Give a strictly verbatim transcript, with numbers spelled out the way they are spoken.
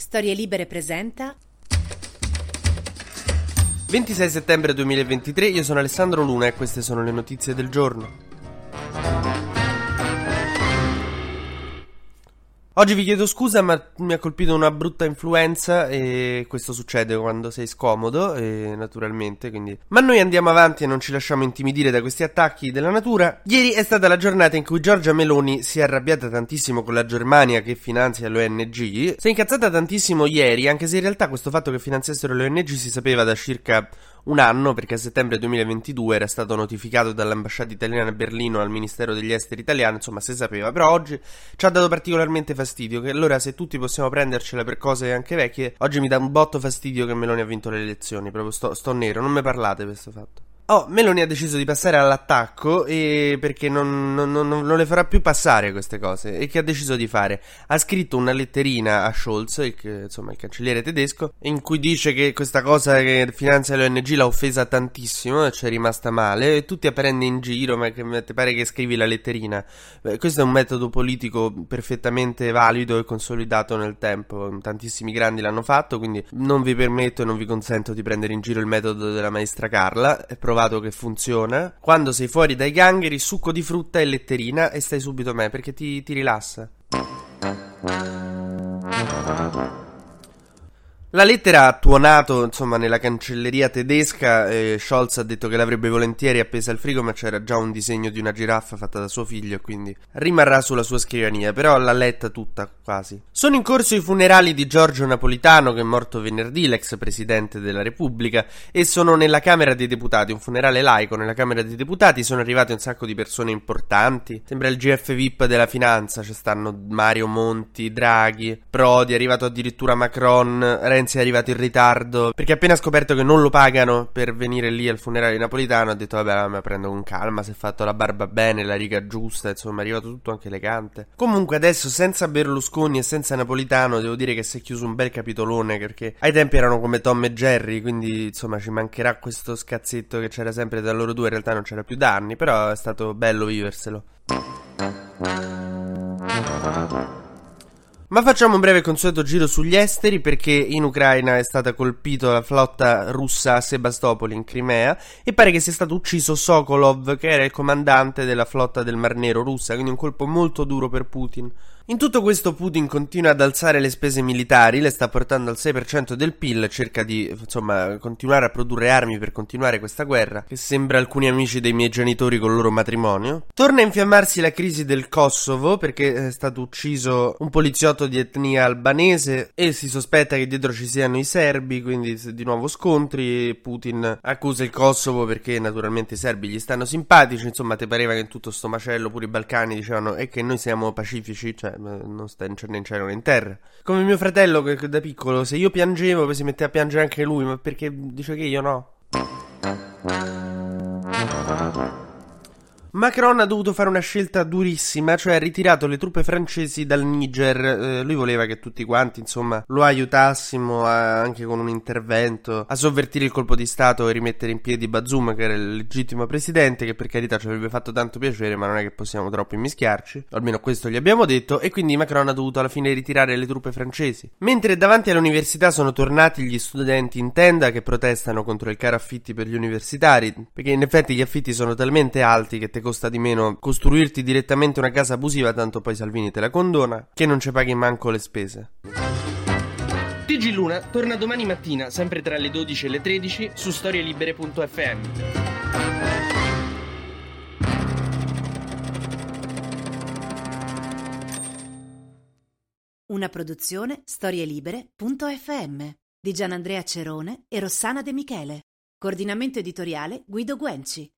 Storie Libere presenta ventisei settembre duemilaventitré, io sono Alessandro Luna e queste sono le notizie del giorno. Oggi vi chiedo scusa, ma mi ha colpito una brutta influenza e questo succede quando sei scomodo, e naturalmente, quindi... Ma noi andiamo avanti e non ci lasciamo intimidire da questi attacchi della natura. Ieri è stata la giornata in cui Giorgia Meloni si è arrabbiata tantissimo con la Germania che finanzia l'O N G. Si è incazzata tantissimo ieri, anche se in realtà questo fatto che finanziassero l'O N G si sapeva da circa un anno, perché a settembre duemilaventidue era stato notificato dall'ambasciata italiana a Berlino al Ministero degli Esteri italiano, insomma si sapeva, però oggi ci ha dato particolarmente fastidio, che allora se tutti possiamo prendercela per cose anche vecchie, oggi mi dà un botto fastidio che Meloni ha vinto le elezioni, proprio sto, sto nero, non me parlate per questo fatto. Oh, Meloni ha deciso di passare all'attacco e perché non, non, non, non le farà più passare queste cose. E che ha deciso di fare? Ha scritto una letterina a Scholz, il, insomma il cancelliere tedesco, in cui dice che questa cosa che finanzia l'O N G l'ha offesa tantissimo e ci è rimasta male, e tutti a prendere in giro, ma che ti pare che scrivi la letterina? Beh, questo è un metodo politico perfettamente valido e consolidato nel tempo, tantissimi grandi l'hanno fatto, quindi non vi permetto e non vi consento di prendere in giro il metodo della maestra Carla. È provato che funziona. Quando sei fuori dai gangheri, succo di frutta e letterina e stai subito me, perché ti, ti rilassa. La lettera ha tuonato, insomma, nella cancelleria tedesca e Scholz ha detto che l'avrebbe volentieri appesa al frigo, ma c'era già un disegno di una giraffa fatta da suo figlio, quindi rimarrà sulla sua scrivania, però l'ha letta tutta, quasi. Sono in corso i funerali di Giorgio Napolitano, che è morto venerdì, l'ex presidente della Repubblica, e sono nella Camera dei Deputati, un funerale laico nella Camera dei Deputati, sono arrivate un sacco di persone importanti, sembra il G F V I P della finanza, ci stanno Mario Monti, Draghi, Prodi, è arrivato addirittura Macron, Renzi è arrivato in ritardo perché appena ha scoperto che non lo pagano per venire lì al funerale di Napolitano ha detto vabbè, ma prendo con calma, si è fatto la barba bene, la riga giusta, insomma è arrivato tutto anche elegante. Comunque adesso senza Berlusconi e senza Napolitano devo dire che si è chiuso un bel capitolone, perché ai tempi erano come Tom e Jerry, quindi insomma ci mancherà questo scazzetto che c'era sempre tra loro due, in realtà non c'era più da anni, però è stato bello viverselo. Ma facciamo un breve consueto giro sugli esteri, perché in Ucraina è stata colpita la flotta russa a Sebastopoli in Crimea e pare che sia stato ucciso Sokolov, che era il comandante della flotta del Mar Nero russa, quindi un colpo molto duro per Putin. In tutto questo Putin continua ad alzare le spese militari, le sta portando al sei per cento del P I L, cerca di, insomma, continuare a produrre armi per continuare questa guerra, che sembra alcuni amici dei miei genitori col loro matrimonio. Torna a infiammarsi la crisi del Kosovo, perché è stato ucciso un poliziotto di etnia albanese e si sospetta che dietro ci siano i serbi, quindi di nuovo scontri. Putin accusa il Kosovo perché naturalmente i serbi gli stanno simpatici, insomma ti pareva che in tutto sto macello pure i Balcani dicevano e che noi siamo pacifici, cioè non sta né in cielo né in terra. Come mio fratello che da piccolo, se io piangevo poi si metteva a piangere anche lui, ma perché dice che io no. Macron ha dovuto fare una scelta durissima, cioè ha ritirato le truppe francesi dal Niger. Eh, lui voleva che tutti quanti, insomma, lo aiutassimo a, anche con un intervento a sovvertire il colpo di stato e rimettere in piedi Bazoum, che era il legittimo presidente, che per carità ci avrebbe fatto tanto piacere, ma non è che possiamo troppo immischiarci, almeno questo gli abbiamo detto, e quindi Macron ha dovuto alla fine ritirare le truppe francesi. Mentre davanti all'università sono tornati gli studenti in tenda che protestano contro il caro affitti per gli universitari, perché in effetti gli affitti sono talmente alti che te costa di meno costruirti direttamente una casa abusiva, tanto poi Salvini te la condona, che non ci paghi manco le spese. T G Luna torna domani mattina, sempre tra le dodici e le tredici, su storielibere punto effe emme. Una produzione storielibere punto effe emme di Gianandrea Cerone e Rossana De Michele. Coordinamento editoriale Guido Guenci.